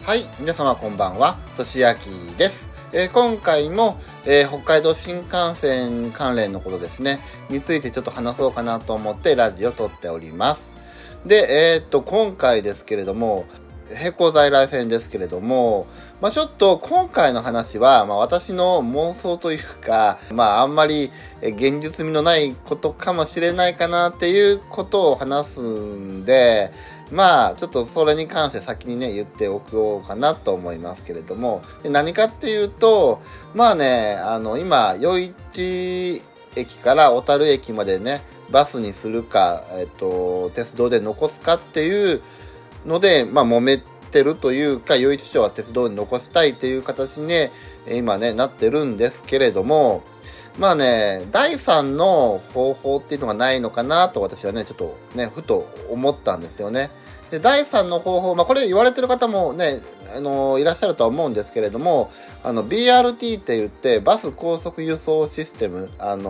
はい、皆様こんばんは、としあきです。今回も、北海道新幹線関連のことですね、についてちょっと話そうかなと思ってラジオを撮っております。で、今回ですけれども、並行在来線ですけれども、ちょっと今回の話は、私の妄想というか、あんまり現実味のないことかもしれないかなっていうことを話すんで、ちょっとそれに関して先にね、言っておこうかなと思いますけれども、で何かっていうと、今、余市駅から小樽駅までね、バスにするか、鉄道で残すかっていうので、揉めてるというか、余市町は鉄道に残したいという形にね、今ね、なってるんですけれども、第三の方法っていうのがないのかなと私はね、ちょっとね、ふと思ったんですよね。で、第三の方法、これ言われてる方もね、いらっしゃるとは思うんですけれども、BRT って言って、バス高速輸送システム、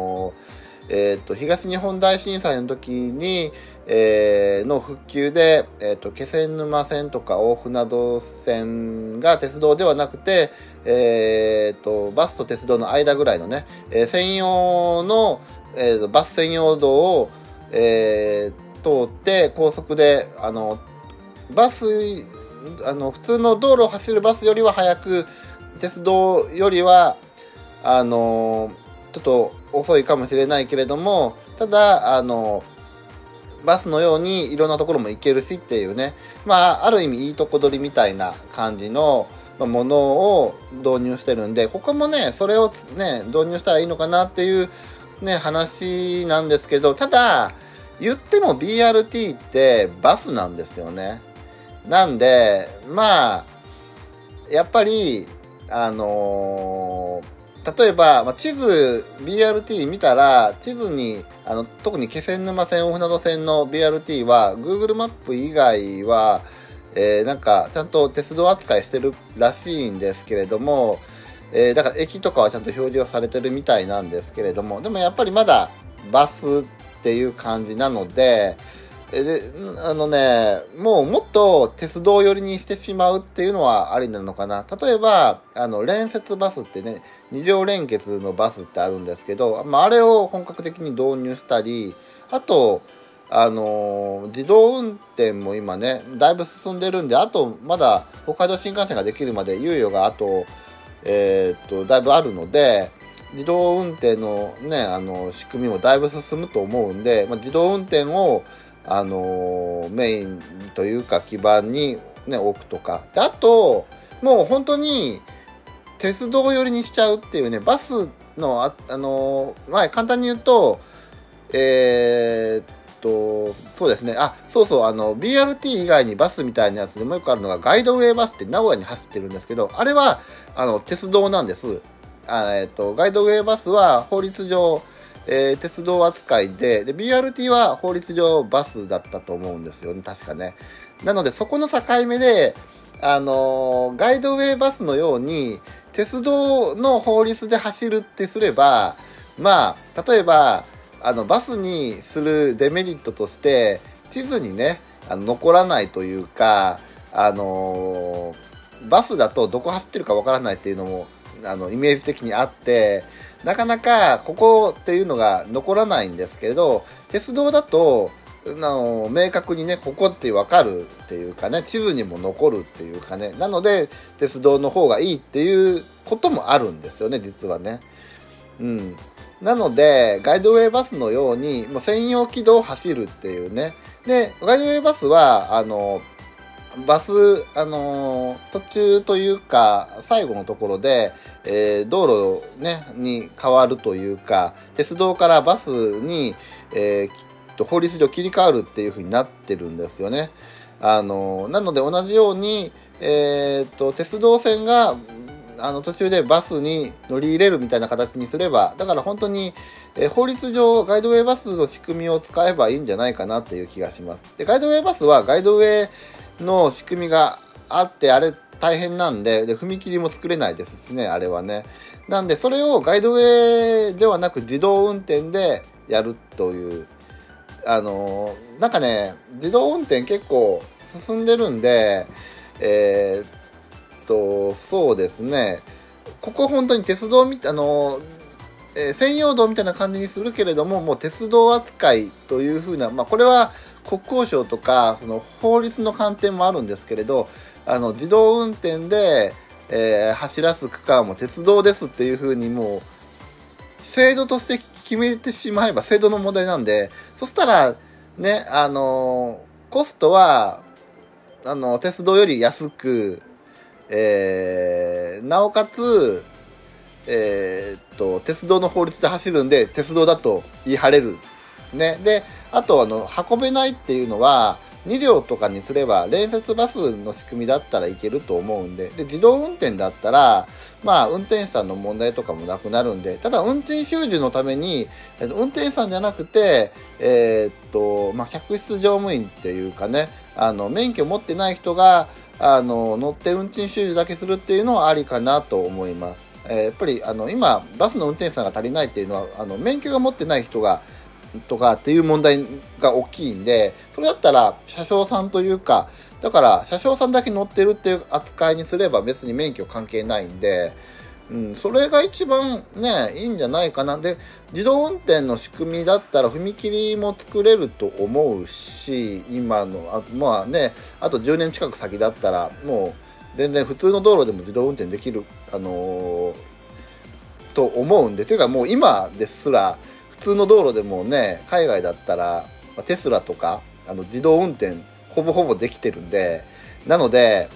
東日本大震災の時に、の復旧で、気仙沼線とか大船渡線が鉄道ではなくて、バスと鉄道の間ぐらいのね、専用の、バス専用道を、通って高速で、バス、普通の道路を走るバスよりは早く、鉄道よりは、ちょっと遅いかもしれないけれども、ただ、バスのようにいろんなところも行けるしっていうね、ある意味いいとこ取りみたいな感じのものを導入してるんで、ここもね、それをね、導入したらいいのかなっていうね、話なんですけど、ただ、言っても BRT ってバスなんですよね。なんで、やっぱり、例えば、地図 BRT 見たら、地図に特に気仙沼線大船渡線の BRT は Google マップ以外は、ちゃんと鉄道扱いしてるらしいんですけれども、だから駅とかはちゃんと表示をされてるみたいなんですけれども、でもやっぱりまだバスっていう感じなので、もっと鉄道寄りにしてしまうっていうのはありなのかな。例えば、連節バスってね、2両連結のバスってあるんですけど、あれを本格的に導入したり、あと、自動運転も今ね、だいぶ進んでるんで、あと、まだ北海道新幹線ができるまで猶予があと、だいぶあるので、自動運転のね、仕組みもだいぶ進むと思うんで、自動運転をメインというか基盤に、ね、置くとか。で、あと、もう本当に鉄道寄りにしちゃうっていうね、バスの、簡単に言うと、そうですね。BRT 以外にバスみたいなやつでもよくあるのが、ガイドウェイバスって名古屋に走ってるんですけど、あれは、鉄道なんです。ガイドウェイバスは法律上、鉄道扱いで、BRT は法律上バスだったと思うんですよね、確かね。なので、そこの境目で、ガイドウェイバスのように、鉄道の法律で走るってすれば、例えば、バスにするデメリットとして、地図にね、残らないというか、バスだとどこ走ってるかわからないっていうのも、イメージ的にあって、なかなかここっていうのが残らないんですけど、鉄道だと、明確にね、ここってわかるっていうかね、地図にも残るっていうかね、なので、鉄道の方がいいっていうこともあるんですよね、実はね。うん。なので、ガイドウェイバスのように、もう専用軌道を走るっていうね。で、ガイドウェイバスは、バス、途中というか、最後のところで、道路、ね、に変わるというか、鉄道からバスに、法律上切り替わるっていう風になってるんですよね。なので同じように、鉄道線が、途中でバスに乗り入れるみたいな形にすれば、だから本当に、法律上ガイドウェイバスの仕組みを使えばいいんじゃないかなっていう気がします。で、ガイドウェイバスはガイドウェイの仕組みがあって、あれ大変なんで、踏切も作れないですしね、あれはね。なんで、それをガイドウェイではなく自動運転でやるという、自動運転結構進んでるんで、 そうですね、ここ本当に鉄道専用道みたいな感じにするけれども、もう鉄道扱いというふうな、これは国交省とかその法律の観点もあるんですけれど、自動運転で、走らす区間も鉄道ですっていうふうにもう制度として決めてしまえば制度の問題なんで、そしたらね、コストは鉄道より安く、なおかつ鉄道の法律で走るんで鉄道だと言い張れるね。で、あと運べないっていうのは2両とかにすれば連接バスの仕組みだったらいけると思うんで、自動運転だったら運転手さんの問題とかもなくなるんで、ただ運転収入のために運転手さんじゃなくて客室乗務員っていうかね、免許持ってない人が乗って運賃収入だけするっていうのはありかなと思います。やっぱり今バスの運転手さんが足りないっていうのは免許が持ってない人がとかっていう問題が大きいんで、それだったら車掌さんというか、だから車掌さんだけ乗ってるっていう扱いにすれば別に免許関係ないんで、それが一番ねいいんじゃないかな。で、自動運転の仕組みだったら踏切も作れると思うし、今のあと10年近く先だったらもう全然普通の道路でも自動運転できると思うんで、というかもう今ですら普通の道路でもね、海外だったらテスラとか自動運転ほぼほぼできてるんで、なので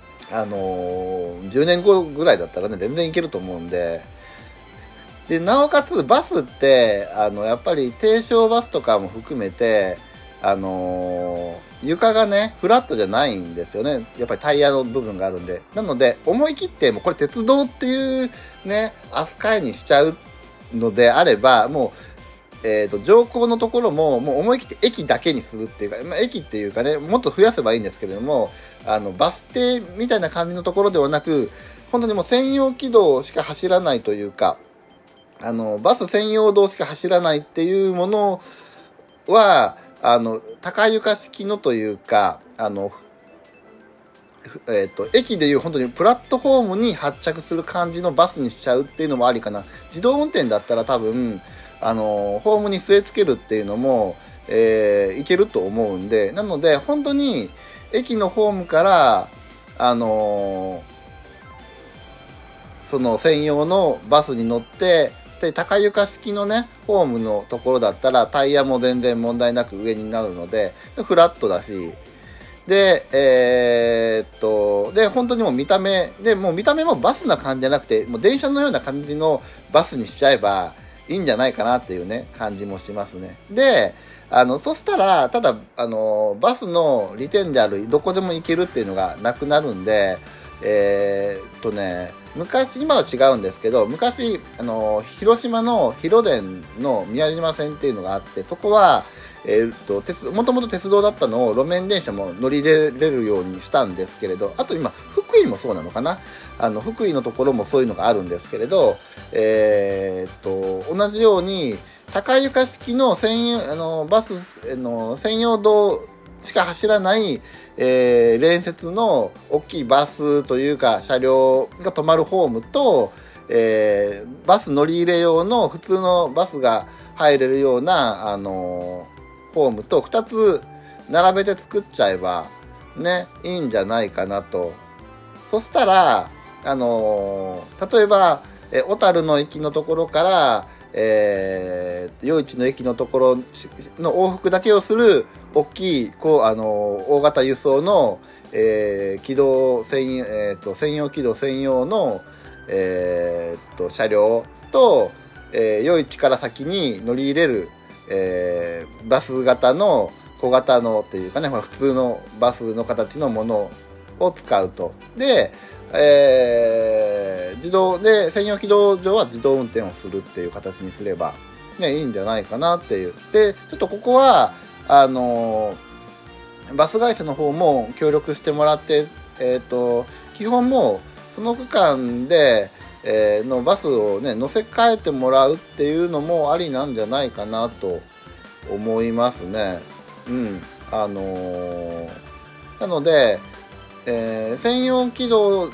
10年後ぐらいだったらね全然いけると思うんで、なおかつバスってやっぱり低床バスとかも含めて床がねフラットじゃないんですよね。やっぱりタイヤの部分があるんで、なので思い切ってもうこれ鉄道っていうね扱いにしちゃうのであれば、もう乗降のところももう思い切って駅だけにするっていうか、駅っていうかね、もっと増やせばいいんですけれども、バス停みたいな感じのところではなく、本当にもう専用軌道しか走らないというか、バス専用道しか走らないっていうものは高床式のというか駅でいう本当にプラットフォームに発着する感じのバスにしちゃうっていうのもありかな。自動運転だったら多分ホームに据え付けるっていうのも、いけると思うんで、なので本当に駅のホームからその専用のバスに乗って、で高床式のねホームのところだったらタイヤも全然問題なく上になるのでフラットだし、でで本当にもう見た目もバスな感じじゃなくてもう電車のような感じのバスにしちゃえばいいんじゃないかなっていうね感じもしますね。でそしたらただバスの利点であるどこでも行けるっていうのがなくなるんで、今は違うんですけど、昔広島の広電の宮島線っていうのがあって、そこはもともと鉄道だったのを路面電車も乗り入れれるようにしたんですけれど、あと今福井もそうなのかな、福井のところもそういうのがあるんですけれど、同じように高床式のバス専用道しか走らない連接の大きいバスというか車両が止まるホームと、バス乗り入れ用の普通のバスが入れるようなホームと2つ並べて作っちゃえばねいいんじゃないかなと。そしたら例えば小樽の駅のところから余市の駅のところの往復だけをする大きい大型輸送の、専用軌道専用の、車両と、余市から先に乗り入れる、バス型の小型のっていうかね、普通のバスの形のものを使うと。で自動で専用軌道上は自動運転をするっていう形にすれば、ね、いいんじゃないかなっていう。でちょっとここはバス会社の方も協力してもらって、基本もうその区間で、のバスをね乗せ替えてもらうっていうのもありなんじゃないかなと思いますね。なので専用軌道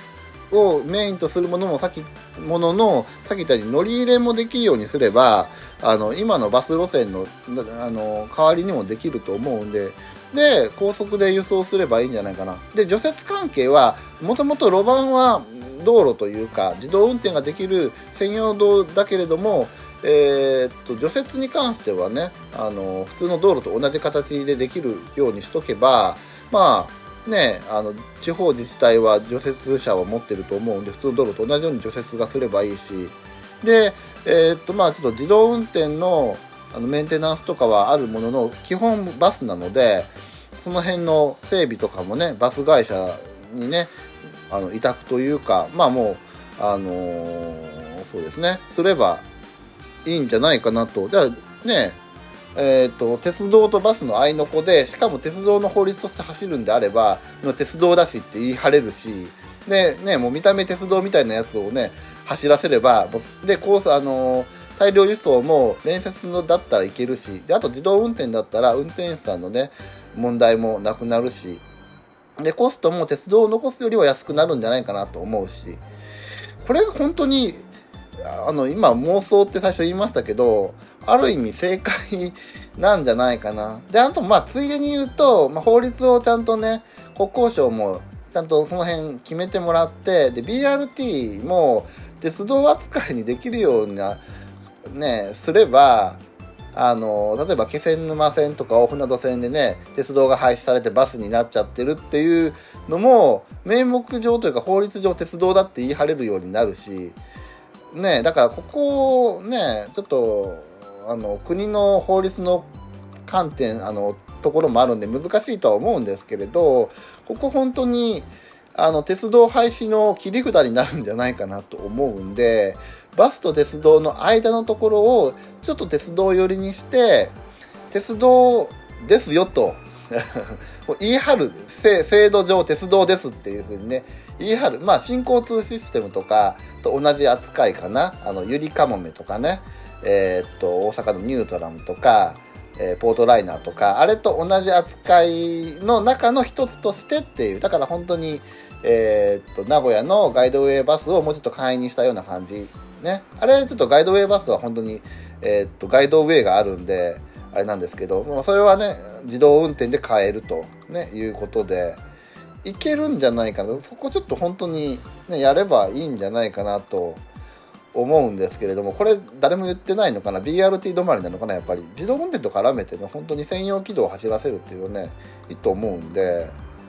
をメインとするもののさっき言ったように乗り入れもできるようにすれば今のバス路線の代わりにもできると思うんで高速で輸送すればいいんじゃないかな。で除雪関係はもともと路盤は道路というか自動運転ができる専用道だけれども、除雪に関してはね普通の道路と同じ形でできるようにしとけばまあね地方自治体は除雪車を持ってると思うんで普通の道路と同じように除雪がすればいいしでまあちょっと自動運転のメンテナンスとかはあるものの基本バスなのでその辺の整備とかもねバス会社にね委託というかまあもうそうですねすればいいんじゃないかなと。じゃあね鉄道とバスの合いの子でしかも鉄道の法律として走るんであれば鉄道だしって言い張れるしでねもう見た目鉄道みたいなやつをね走らせればでコース大量輸送も連接のだったらいけるしであと自動運転だったら運転手さんのね問題もなくなるしでコストも鉄道を残すよりは安くなるんじゃないかなと思うしこれが本当に今妄想って最初言いましたけどある意味正解なんじゃないかな。であとまあついでに言うと、法律をちゃんとね国交省もちゃんとその辺決めてもらってで BRT も鉄道扱いにできるようなねすれば例えば気仙沼線とか大船渡線でね鉄道が廃止されてバスになっちゃってるっていうのも名目上というか法律上鉄道だって言い張れるようになるしねだからここねちょっと国の法律の観点ところもあるんで難しいとは思うんですけれどここ本当に鉄道廃止の切り札になるんじゃないかなと思うんでバスと鉄道の間のところをちょっと鉄道寄りにして鉄道ですよと言い張る制度上鉄道ですっていう風にね言い張る新交通システムとかと同じ扱いかなゆりかもめとかね大阪のニュートラムとかポートライナーとかあれと同じ扱いの中の一つとしてっていうだから本当に名古屋のガイドウェイバスをもうちょっと簡易にしたような感じねあれちょっとガイドウェイバスは本当にガイドウェイがあるんであれなんですけどそれはね自動運転で買えるとねいうことでいけるんじゃないかなそこちょっと本当にねやればいいんじゃないかなと思うんですけれどもこれ誰も言ってないのかな BRT 止まりなのかなやっぱり自動運転と絡めてね本当に専用軌道を走らせるっていうのねいいと思うんで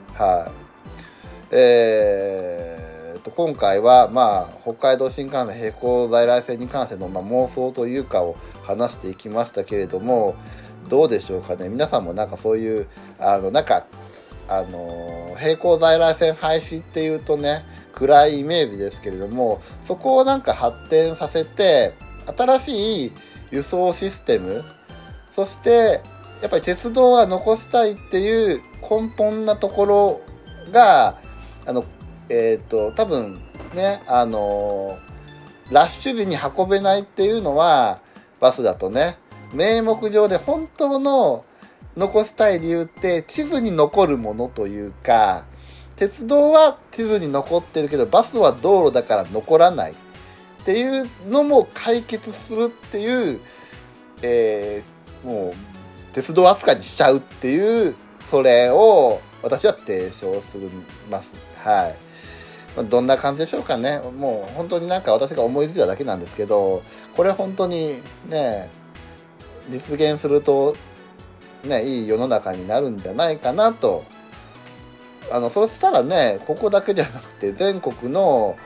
今回は北海道新幹線並行在来線に関しての妄想というかを話していきましたけれどもどうでしょうかね皆さんもなんかそういう並行在来線廃止っていうとね暗いイメージですけれどもそこをなんか発展させて新しい輸送システムそしてやっぱり鉄道は残したいっていう根本なところが多分ねラッシュ時に運べないっていうのはバスだとね名目上で本当の残したい理由って地図に残るものというか鉄道は地図に残ってるけどバスは道路だから残らないっていうのも解決するっていう、もう鉄道扱いにしちゃうっていうそれを私は提唱するますどんな感じでしょうかねもう本当になんか私が思いついただけなんですけどこれ本当にね実現するとねいい世の中になるんじゃないかなとそしたらねここだけじゃなくて全国の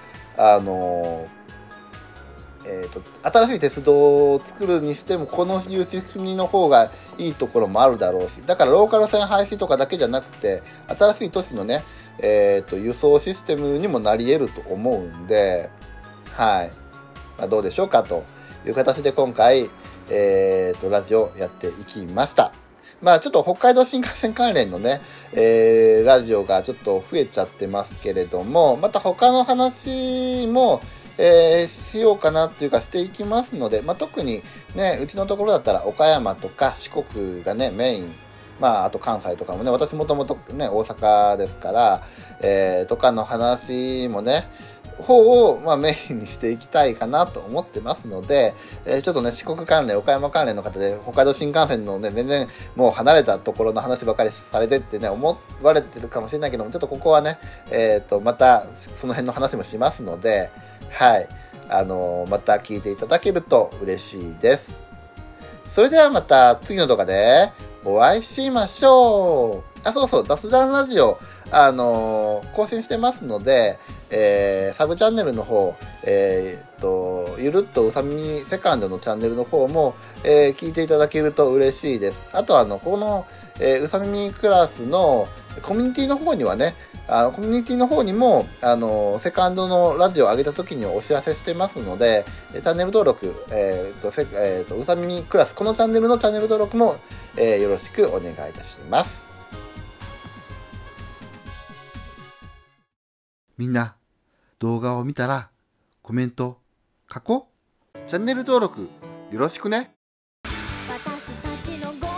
新しい鉄道を作るにしてもこのいう仕組みの方がいいところもあるだろうしだからローカル線廃止とかだけじゃなくて新しい都市のね、輸送システムにもなり得ると思うんでどうでしょうかという形で今回、ラジオやっていきました。ちょっと北海道新幹線関連のね、ラジオがちょっと増えちゃってますけれどもまた他の話も、しようかなっていうかしていきますので、特にねうちのところだったら岡山とか四国がねメインあと関西とかもね私もともとね大阪ですから、とかの話もね方を、メインにしていきたいかなと思ってますので、ちょっとね、四国関連、岡山関連の方で、北海道新幹線のね、全然もう離れたところの話ばかりされてってね、思われてるかもしれないけども、ちょっとここはね、またその辺の話もしますので、はい、また聞いていただけると嬉しいです。それではまた次の動画でお会いしましょう。あ、そうそう、雑談ラジオ、更新してますので、サブチャンネルの方、ゆるっとうさみみセカンドのチャンネルの方も、聞いていただけると嬉しいです。あとこの、うさみみクラスのコミュニティの方にはね、コミュニティの方にも、セカンドのラジオを上げた時にお知らせしてますので、チャンネル登録、うさみみクラス、このチャンネルのチャンネル登録も、よろしくお願いいたします。みんな、動画を見たら、コメント、書こう。チャンネル登録、よろしくね。私たちの